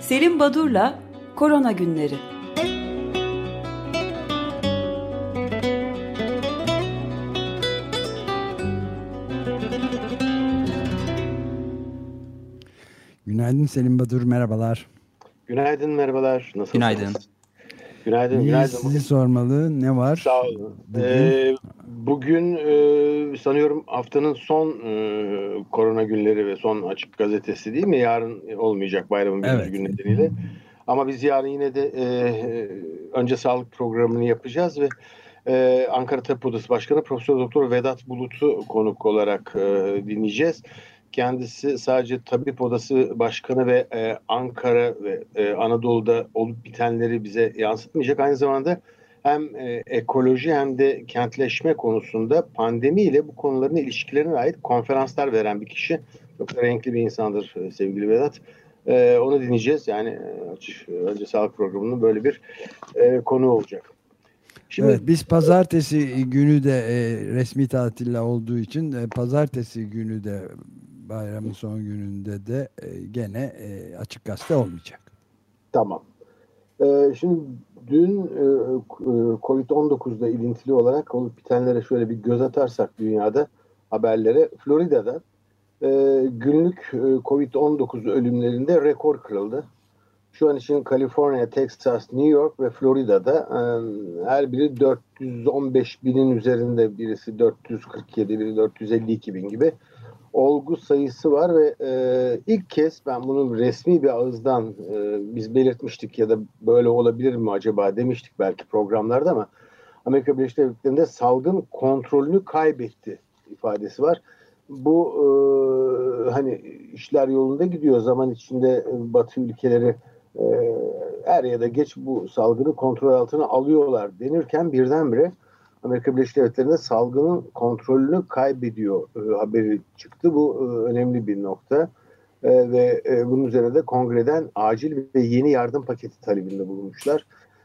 Selim Badur'la Korona Günleri. Günaydın Selim Badur, merhabalar. Günaydın, merhabalar. Nasılsınız? Günaydın. Günaydın. Sizi sormalı. Ne var? Sağ olun. Bugün sanıyorum haftanın son korona günleri ve son Açık Gazetesi değil mi? Yarın olmayacak bayramın birinci gün nedeniyle. Ama biz yarın yine de önce sağlık programını yapacağız ve Ankara Tabip Odası Başkanı Profesör Doktor Vedat Bulut'u konuk olarak dinleyeceğiz. Kendisi sadece Tabip Odası Başkanı ve Ankara ve Anadolu'da olup bitenleri bize yansıtmayacak. Aynı zamanda hem ekoloji hem de kentleşme konusunda pandemiyle bu konuların ilişkilerine ait konferanslar veren bir kişi. Çok da renkli bir insandır sevgili Vedat. Onu dinleyeceğiz. Yani önce sağlık programının böyle bir konu olacak. Şimdi, evet, biz pazartesi günü de resmi tatille olduğu için pazartesi günü de bayramın son gününde de gene Açık Gazete olmayacak. Tamam. Şimdi dün Covid-19'da ilintili olarak olup bitenlere şöyle bir göz atarsak dünyada haberlere, Florida'da günlük Covid-19 ölümlerinde rekor kırıldı. Şu an için Kaliforniya, Texas, New York ve Florida'da her biri 415 binin üzerinde, birisi 447, biri 452 bin gibi olgu sayısı var ve ilk kez ben bunun resmi bir ağızdan biz belirtmiştik ya da böyle olabilir mi acaba demiştik belki programlarda ama Amerika Birleşik Devletleri'nde salgın kontrolünü kaybetti ifadesi var. Bu hani işler yolunda gidiyor, zaman içinde Batı ülkeleri er ya da geç bu salgını kontrol altına alıyorlar denirken birdenbire Amerika Birleşik Devletleri'nde salgının kontrolünü kaybediyor haberi çıktı. Bu önemli bir nokta ve bunun üzerine de kongreden acil ve yeni yardım paketi talebinde bulunmuşlar.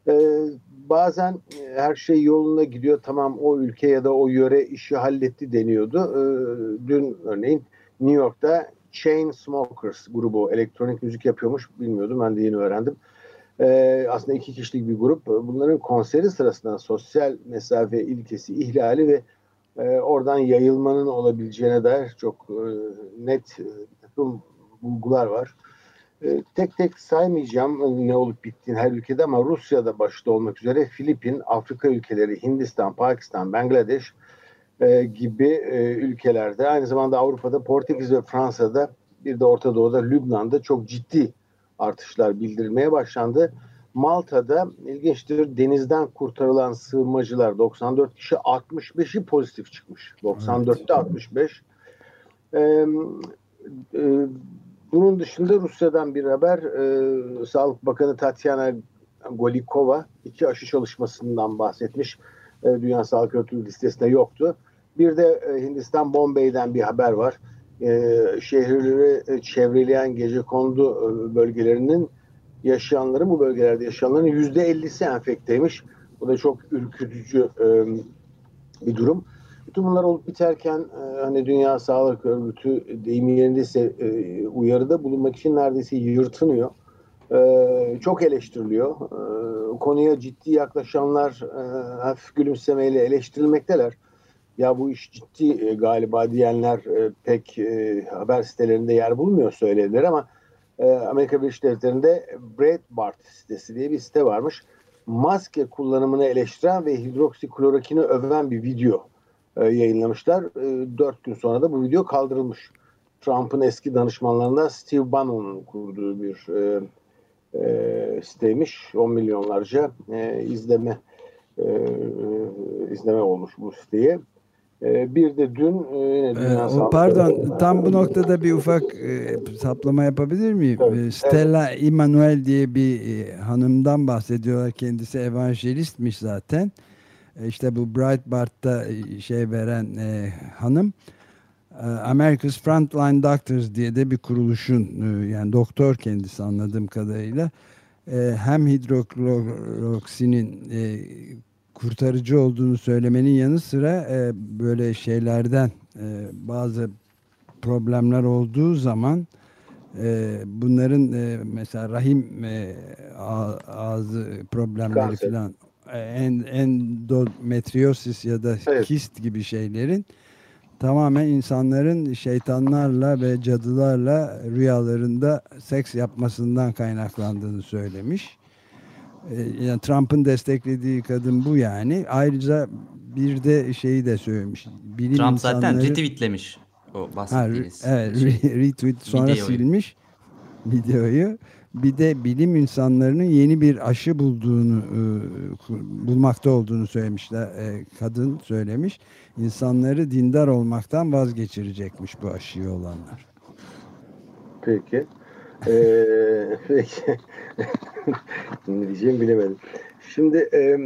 Bazen her şey yoluna gidiyor, tamam o ülke ya da o yöre işi halletti deniyordu. Dün örneğin New York'ta Chainsmokers grubu elektronik müzik yapıyormuş, bilmiyordum, ben de yeni öğrendim. Aslında 2 kişilik bir grup. Bunların konseri sırasında sosyal mesafe ilkesi ihlali ve oradan yayılmanın olabileceğine dair çok net takım bulgular var. Tek tek saymayacağım ne olup bittiğini her ülkede ama Rusya'da başta olmak üzere Filipin, Afrika ülkeleri, Hindistan, Pakistan, Bangladeş gibi ülkelerde, aynı zamanda Avrupa'da Portekiz ve Fransa'da, bir de Orta Doğu'da Lübnan'da çok ciddi artışlar bildirilmeye başlandı. Malta'da ilginçtir, denizden kurtarılan sığınmacılar 94 kişi, 65'i pozitif çıkmış. 94'te 65. Bunun dışında Rusya'dan bir haber. Sağlık Bakanı Tatyana Golikova 2 aşı çalışmasından bahsetmiş. Dünya Sağlık Örgütü listesinde yoktu. Bir de Hindistan Bombay'den bir haber var. Şehirleri çevreleyen gecekondu bölgelerinin yaşayanları, bu bölgelerde yaşayanların %50'si enfekteymiş. Bu da çok ürkütücü bir durum. Bütün bunlar olup biterken hani Dünya Sağlık Örgütü deyim yerindeyse uyarıda bulunmak için neredeyse yırtınıyor. Çok eleştiriliyor. Konuya ciddi yaklaşanlar hafif gülümsemeyle eleştirilmekteler. Ya bu iş ciddi galiba diyenler pek haber sitelerinde yer bulmuyor söylediler ama Amerika Birleşik Devletleri'nde Breitbart sitesi diye bir site varmış. Maske kullanımını eleştiren ve hidroksiklorokini öven bir video yayınlamışlar. 4 gün sonra da bu video kaldırılmış. Trump'ın eski danışmanlarından Steve Bannon'un kurduğu bir siteymiş. 10 milyonlarca izleme olmuş bu siteye. Bir de dün yine Dünya Sağlık pardon, tam bu noktada bir ufak saplama yapabilir miyim? Tabii, Stella Immanuel diye bir hanımdan bahsediyorlar. Kendisi evangelistmiş zaten. İşte bu Breitbart'ta veren hanım, America's Frontline Doctors diye de bir kuruluşun, yani doktor kendisi anladığım kadarıyla, hem hidrokloroksinin kurtarıcı olduğunu söylemenin yanı sıra böyle şeylerden bazı problemler olduğu zaman Bunların mesela rahim ağzı problemleri Kanser. filan, endometriosis ya da Evet. kist gibi şeylerin tamamen insanların şeytanlarla ve cadılarla rüyalarında seks yapmasından kaynaklandığını söylemiş. Yani Trump'ın desteklediği kadın bu yani. Ayrıca bir de şeyi de söylemiş. Bilim Trump zaten insanları retweetlemiş o ha, bahsettiğiniz evet, şey retweet sonra videoyu. silmiş videoyu. Bir de bilim insanlarının yeni bir aşı bulmakta olduğunu söylemişler. Kadın söylemiş. İnsanları dindar olmaktan vazgeçirecekmiş bu aşıyı olanlar. Peki. Peki. Ne diyeceğimi bilemedim. Şimdi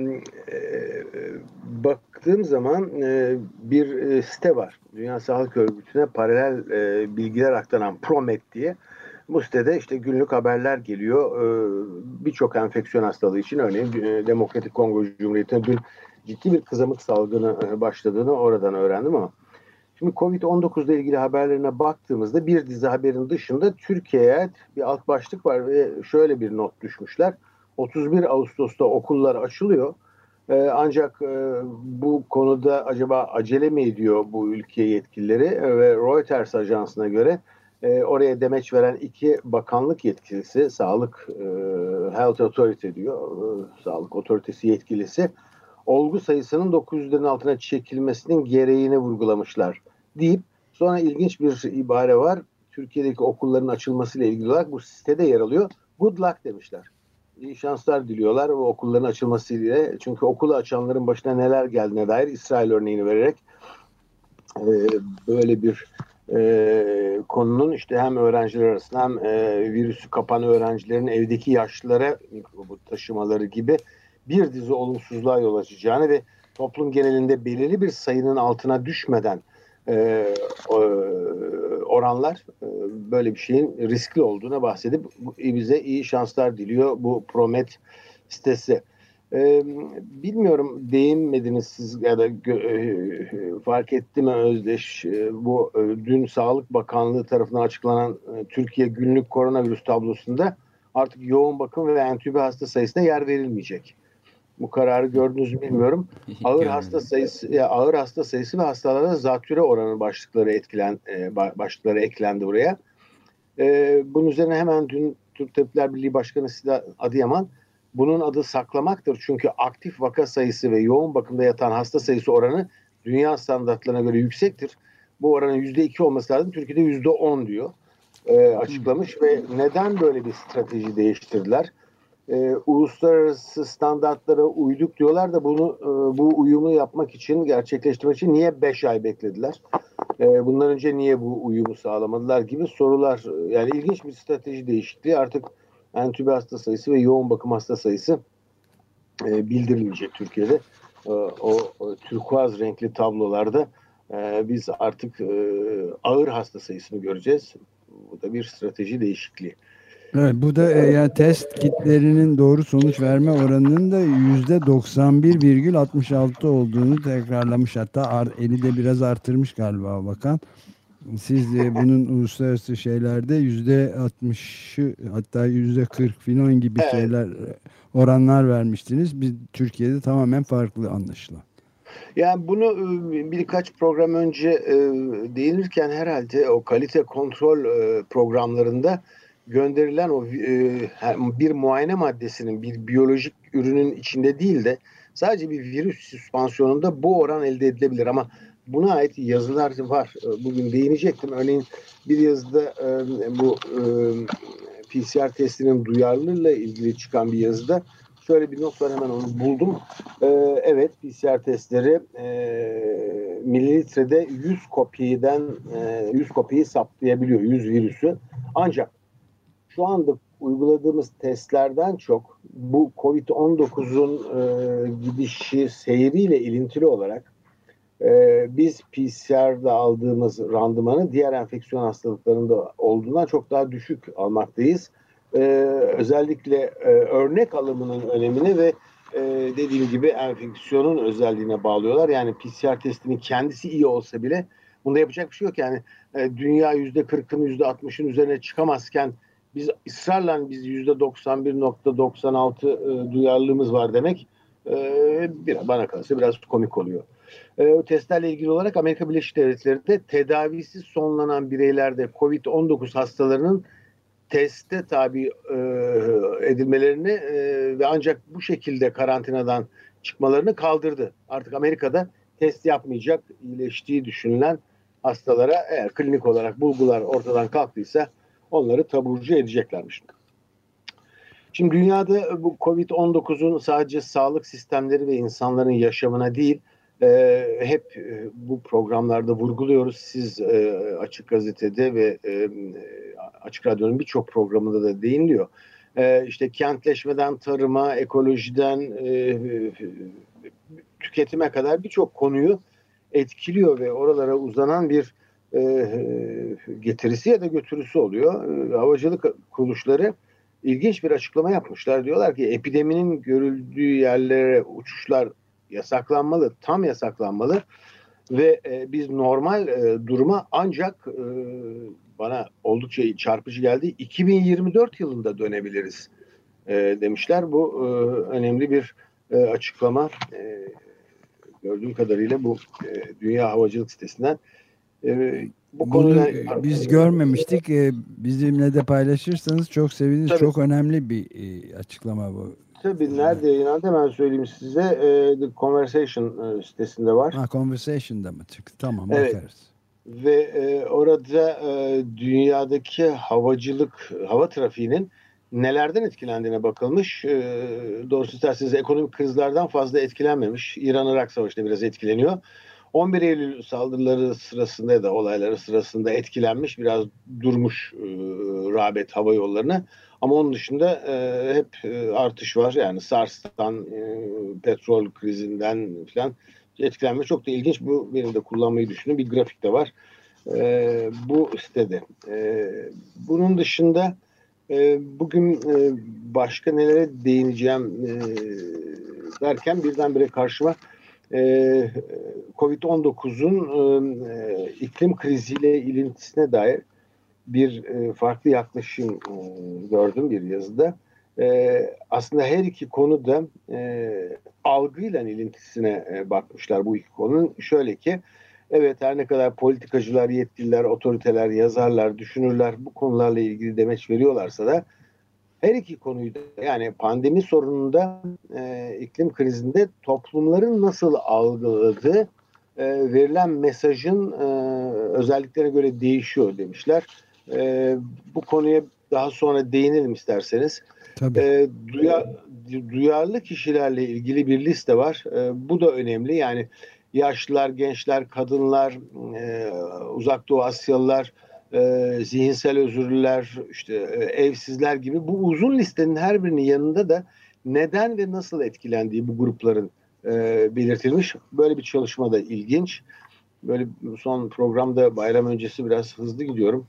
baktığım zaman bir site var. Dünya Sağlık Örgütü'ne paralel bilgiler aktaran ProMed diye. Bu sitede işte günlük haberler geliyor. Birçok enfeksiyon hastalığı için örneğin Demokratik Kongo Cumhuriyeti'ne dün ciddi bir kızamık salgını başladığını oradan öğrendim ama şimdi Covid-19 ile ilgili haberlerine baktığımızda bir dizi haberin dışında Türkiye'ye bir alt başlık var ve şöyle bir not düşmüşler. 31 Ağustos'ta okullar açılıyor. Ancak bu konuda acaba acele mi ediyor bu ülke yetkilileri? Ve Reuters ajansına göre oraya demeç veren iki bakanlık yetkilisi, Sağlık Health Authority diyor, Sağlık Otoritesi yetkilisi, olgu sayısının 900'lerin altına çekilmesinin gereğini vurgulamışlar deyip sonra ilginç bir ibare var. Türkiye'deki okulların açılmasıyla ilgili olarak bu sitede yer alıyor. Good luck demişler. İyi şanslar diliyorlar o okulların açılmasıyla. Çünkü okulu açanların başına neler geldiğine dair İsrail örneğini vererek böyle bir konunun işte hem öğrenciler arasında hem virüsü kapan öğrencilerin evdeki yaşlılara mikrobu taşımaları gibi bir dizi olumsuzluğa yol açacağını ve toplum genelinde belirli bir sayının altına düşmeden oranlar böyle bir şeyin riskli olduğuna bahsedip bize iyi şanslar diliyor bu ProMed sitesi. Bilmiyorum değinmediniz siz ya da fark etti mi Özdeş bu dün Sağlık Bakanlığı tarafından açıklanan Türkiye günlük koronavirüs tablosunda artık yoğun bakım ve entübe hasta sayısına yer verilmeyecek. Bu kararı gördünüz mü bilmiyorum. Ağır hasta sayısı ve hastalara zatürre oranı başlıkları eklendi buraya. Bunun üzerine hemen dün Türk Tabipler Birliği Başkanı Sida Adıyaman bunun adı saklamaktır. Çünkü aktif vaka sayısı ve yoğun bakımda yatan hasta sayısı oranı dünya standartlarına göre yüksektir. Bu oranın %2 olması lazım. Türkiye'de %10 diyor. Açıklamış ve neden böyle bir strateji değiştirdiler? Uluslararası standartlara uyduk diyorlar da bu uyumu yapmak için, gerçekleştirmek için niye 5 ay beklediler? Bundan önce niye bu uyumu sağlamadılar gibi sorular. Yani ilginç bir strateji değişikliği. Artık entübe hasta sayısı ve yoğun bakım hasta sayısı bildirilmeyecek Türkiye'de. O turkuaz renkli tablolarda biz artık ağır hasta sayısını göreceğiz. Bu da bir strateji değişikliği. Evet, bu da yani test kitlerinin doğru sonuç verme oranının da %91,66 olduğunu tekrarlamış. Hatta eli de biraz artırmış galiba bakan. Siz bunun uluslararası şeylerde %60'ı hatta %40 falan gibi şeyler oranlar vermiştiniz. Biz Türkiye'de tamamen farklı anlaşılan. Yani bunu birkaç program önce değinirken herhalde o kalite kontrol programlarında gönderilen o bir muayene maddesinin bir biyolojik ürünün içinde değil de sadece bir virüs süspansiyonunda bu oran elde edilebilir ama buna ait yazılar var. Bugün değinecektim. Örneğin bir yazıda bu PCR testinin duyarlılığıyla ilgili çıkan bir yazıda şöyle bir not var hemen onu buldum. Evet PCR testleri mililitrede 100 kopyayı saptayabiliyor 100 virüsü. Ancak şu anda uyguladığımız testlerden çok bu Covid-19'un gidişi seyriyle ilintili olarak biz PCR'da aldığımız randımanı diğer enfeksiyon hastalıklarında olduğundan çok daha düşük almaktayız. Özellikle örnek alımının önemini ve dediğim gibi enfeksiyonun özelliğine bağlıyorlar. Yani PCR testinin kendisi iyi olsa bile Bunda yapacak bir şey yok yani. Dünya %40'ın %60'ın üzerine çıkamazken biz ısrarla biz %91,96 duyarlılığımız var demek bana kalırsa biraz komik oluyor. O testlerle ilgili olarak Amerika Birleşik Devletleri'nde tedavisi sonlanan bireylerde COVID-19 hastalarının teste tabi edilmelerini ve ancak bu şekilde karantinadan çıkmalarını kaldırdı. Artık Amerika'da test yapmayacak, iyileştiği düşünülen hastalara eğer klinik olarak bulgular ortadan kalktıysa onları taburcu edeceklermiş. Şimdi dünyada bu COVID-19'un sadece sağlık sistemleri ve insanların yaşamına değil, hep bu programlarda vurguluyoruz. Siz Açık Gazete'de ve Açık Radyo'nun birçok programında da değiniliyor. İşte kentleşmeden tarıma, ekolojiden tüketime kadar birçok konuyu etkiliyor ve oralara uzanan bir getirisi ya da götürüsü oluyor. Havacılık kuruluşları ilginç bir açıklama yapmışlar. Diyorlar ki epideminin görüldüğü yerlere uçuşlar yasaklanmalı, tam yasaklanmalı ve biz normal duruma ancak bana oldukça çarpıcı geldi. 2024 yılında dönebiliriz demişler. Bu önemli bir açıklama. Gördüğüm kadarıyla bu Dünya Havacılık sitesinden. Bu konuyla biz görmemiştik. Bizimle de paylaşırsanız çok seviniriz. Tabii. Çok önemli bir açıklama bu. Tabii nerede yayınlandı hemen söyleyeyim size. The Conversation sitesinde var. Conversation'da mı çıktı? Tamam, evet. Bakarız. Ve orada dünyadaki hava trafiğinin nelerden etkilendiğine bakılmış. Doğrusu isterseniz ekonomik krizlerden fazla etkilenmemiş. İran-Irak Savaşı'nda biraz etkileniyor. 11 Eylül saldırıları sırasında ya da olayları sırasında etkilenmiş, biraz durmuş rağbet hava yollarına. Ama onun dışında hep artış var. Yani SARS'tan, petrol krizinden falan etkilenme çok da ilginç. Bu benim de kullanmayı düşündüğüm bir grafik de var bu sitede. Bunun dışında bugün başka nelere değineceğim derken birdenbire karşıma Covid-19'un iklim kriziyle ilintisine dair bir farklı yaklaşım gördüm bir yazıda. Aslında her iki konu da algıyla ilintisine bakmışlar bu iki konunun. Şöyle ki, evet her ne kadar politikacılar, yetkililer, otoriteler, yazarlar, düşünürler bu konularla ilgili demeç veriyorlarsa da her iki konuyu da yani pandemi sorununda iklim krizinde toplumların nasıl algıladığı verilen mesajın özelliklerine göre değişiyor demişler. Bu konuya daha sonra değinelim isterseniz. Tabii. Duyarlı kişilerle ilgili bir liste var. Bu da önemli. Yani yaşlılar, gençler, kadınlar, Uzak Doğu Asyalılar, zihinsel özürlüler, işte evsizler gibi bu uzun listenin her birinin yanında da neden ve nasıl etkilendiği bu grupların belirtilmiş. Böyle bir çalışma da ilginç. Böyle son programda bayram öncesi biraz hızlı gidiyorum.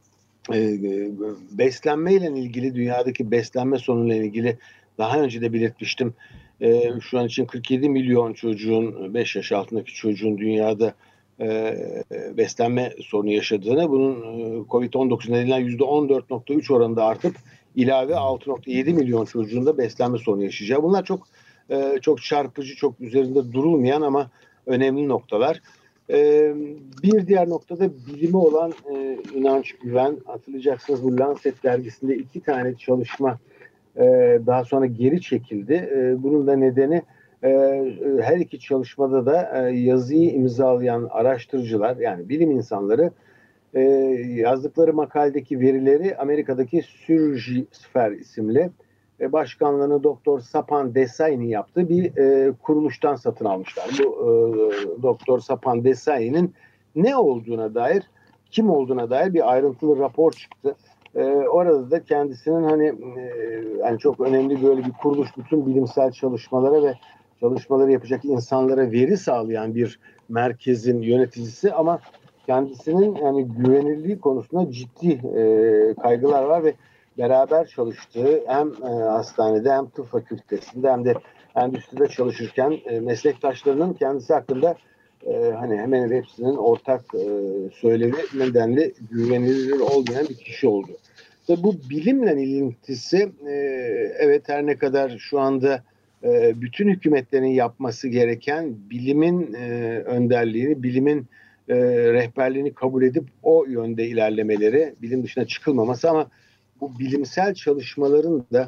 Beslenmeyle ilgili, dünyadaki beslenme sorunuyla ilgili daha önce de belirtmiştim. Şu an için 47 milyon çocuğun, 5 yaş altındaki çocuğun dünyada beslenme sorunu yaşadığını, bunun Covid-19 nedeniyle %14,3 oranında artıp ilave 6,7 milyon çocuğun da beslenme sorunu yaşayacağı. Bunlar çok çarpıcı, çok üzerinde durulmayan ama önemli noktalar. Bir diğer noktada bilime olan inanç, güven. Hatırlayacaksınız bu Lancet dergisinde 2 tane çalışma daha sonra geri çekildi. Bunun da nedeni her iki çalışmada da yazıyı imzalayan araştırıcılar, yani bilim insanları yazdıkları makaledeki verileri Amerika'daki Surgisper isimli başkanlığını Doktor Sapan Desai'nin yaptığı bir kuruluştan satın almışlar. Bu Doktor Sapan Desai'nin ne olduğuna dair, kim olduğuna dair bir ayrıntılı rapor çıktı. Orada da kendisinin yani çok önemli böyle bir kuruluş, bütün bilimsel çalışmalara ve çalışmaları yapacak insanlara veri sağlayan bir merkezin yöneticisi, ama kendisinin yani güvenilirliği konusunda ciddi kaygılar var ve beraber çalıştığı hem hastanede hem tıp fakültesinde hem de endüstride çalışırken meslektaşlarının kendisi hakkında hani hemen hepsinin ortak söylemi nedenle güvenilir olmayan bir kişi oldu. Ve bu bilimle ilintisi evet her ne kadar şu anda bütün hükümetlerin yapması gereken bilimin önderliğini, bilimin rehberliğini kabul edip o yönde ilerlemeleri, bilim dışına çıkılmaması ama bu bilimsel çalışmaların da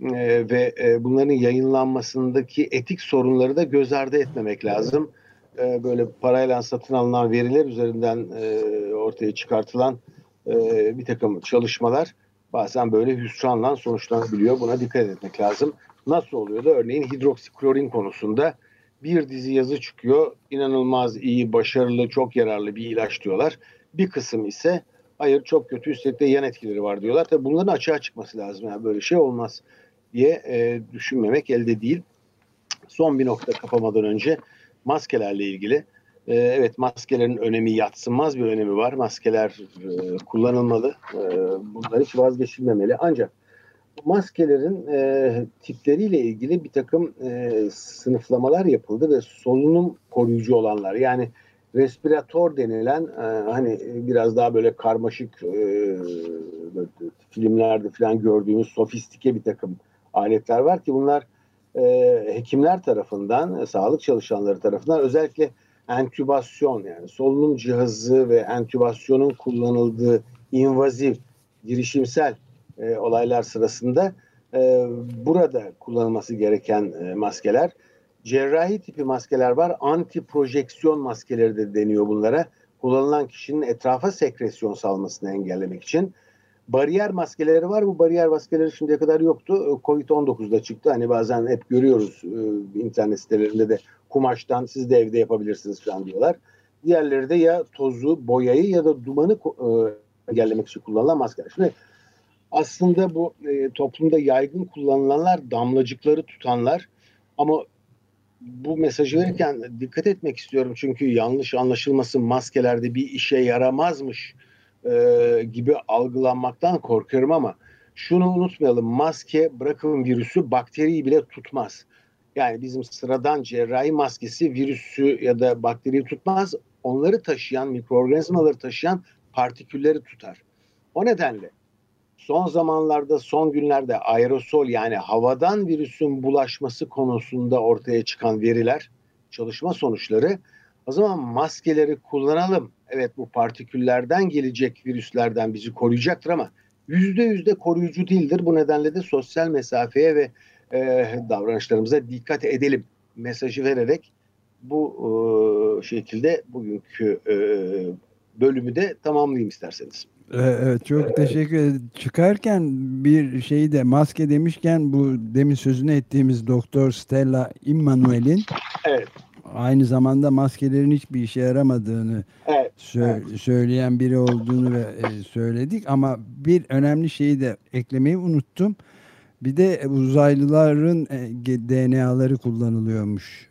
ve bunların yayınlanmasındaki etik sorunları da göz ardı etmemek lazım. Böyle parayla satın alınan veriler üzerinden ortaya çıkartılan bir takım çalışmalar bazen böyle hüsranla sonuçlanabiliyor. Buna dikkat etmek lazım. Nasıl oluyor da örneğin hidroksiklorin konusunda bir dizi yazı çıkıyor. İnanılmaz iyi, başarılı, çok yararlı bir ilaç diyorlar. Bir kısım ise hayır çok kötü, üstelik de yan etkileri var diyorlar. Tabii bunların açığa çıkması lazım. Yani böyle şey olmaz diye düşünmemek elde değil. Son bir nokta kapamadan önce maskelerle ilgili. Evet, maskelerin önemi yadsınmaz bir önemi var. Maskeler kullanılmalı. Bunlar hiç vazgeçilmemeli. Ancak maskelerin tipleriyle ilgili bir takım sınıflamalar yapıldı ve solunum koruyucu olanlar, yani respiratör denilen hani biraz daha böyle karmaşık böyle filmlerde falan gördüğümüz sofistike bir takım aletler var ki bunlar hekimler tarafından, sağlık çalışanları tarafından özellikle entübasyon, yani solunum cihazı ve entübasyonun kullanıldığı invazif, girişimsel olaylar sırasında burada kullanılması gereken maskeler. Cerrahi tipi maskeler var. Anti-projeksiyon maskeleri de deniyor bunlara. Kullanılan kişinin etrafa sekresyon salmasını engellemek için. Bariyer maskeleri var. Bu bariyer maskeleri şimdiye kadar yoktu. Covid-19'da çıktı. Hani bazen hep görüyoruz internet sitelerinde de kumaştan siz de evde yapabilirsiniz falan diyorlar. Diğerleri de ya tozu, boyayı ya da dumanı engellemek için kullanılan maskeler. Şimdi aslında bu toplumda yaygın kullanılanlar damlacıkları tutanlar, ama bu mesajı verirken dikkat etmek istiyorum çünkü yanlış anlaşılmasın, maskelerde bir işe yaramazmış gibi algılanmaktan korkuyorum ama şunu unutmayalım, maske bırakın virüsü, bakteriyi bile tutmaz. Yani bizim sıradan cerrahi maskesi virüsü ya da bakteriyi tutmaz, onları taşıyan, mikroorganizmaları taşıyan partikülleri tutar. O nedenle son zamanlarda, son günlerde aerosol, yani havadan virüsün bulaşması konusunda ortaya çıkan veriler, çalışma sonuçları, o zaman maskeleri kullanalım. Evet, bu partiküllerden gelecek virüslerden bizi koruyacaktır ama %100 de koruyucu değildir. Bu nedenle de sosyal mesafeye ve davranışlarımıza dikkat edelim mesajı vererek bu şekilde bugünkü bölümü de tamamlayayım isterseniz. Evet, çok teşekkür ederim. Çıkarken bir şeyi de, maske demişken, bu demin sözünü ettiğimiz Doktor Stella Immanuel'in aynı zamanda maskelerin hiçbir işe yaramadığını söyleyen biri olduğunu ve söyledik, ama bir önemli şeyi de eklemeyi unuttum. Bir de uzaylıların DNA'ları kullanılıyormuş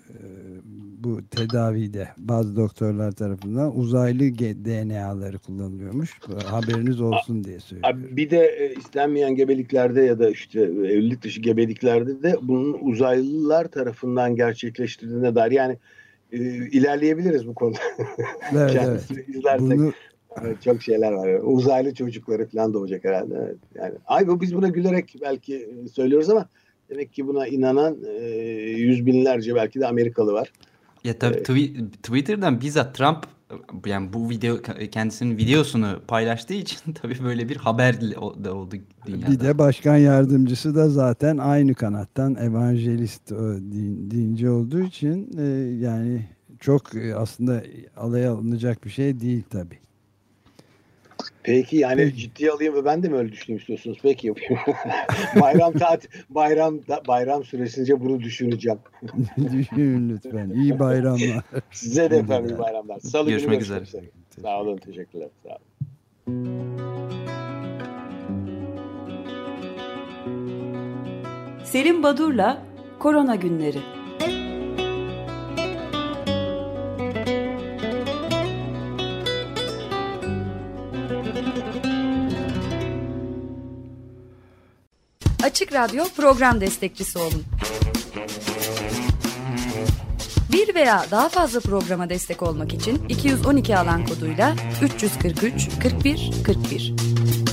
bu tedavide, bazı doktorlar tarafından uzaylı DNA'ları kullanılıyormuş. Haberiniz olsun diye söylüyorum. Bir de istenmeyen gebeliklerde ya da işte evlilik dışı gebeliklerde de bunun uzaylılar tarafından gerçekleştirdiğine dair, yani ilerleyebiliriz bu konuda. Evet. İzlersek çok şeyler var. Uzaylı çocukları falan doğacak herhalde. Evet. Yani biz buna gülerek belki söylüyoruz ama demek ki buna inanan yüz binlerce belki de Amerikalı var. Ya tabii Twitter'dan bizzat Trump, yani bu kendisinin videosunu paylaştığı için tabii böyle bir haber de oldu dünyada. Bir de başkan yardımcısı da zaten aynı kanattan, evangelist dinci olduğu için yani çok aslında alaya alınacak bir şey değil tabii. Peki, yani ciddiye alayım ve ben de mi öyle düşüneyim istiyorsunuz? Peki, yapayım. bayram süresince bunu düşüneceğim. Düşünün lütfen. İyi bayramlar. Size de efendim iyi bayramlar. Salı günü görüşmek üzere. Sağ olun, teşekkürler. Sağ olun. Selim Badur'la Korona Günleri. Açık Radyo program destekçisi olun. Bir veya daha fazla programa destek olmak için 212 alan koduyla 343 41 41.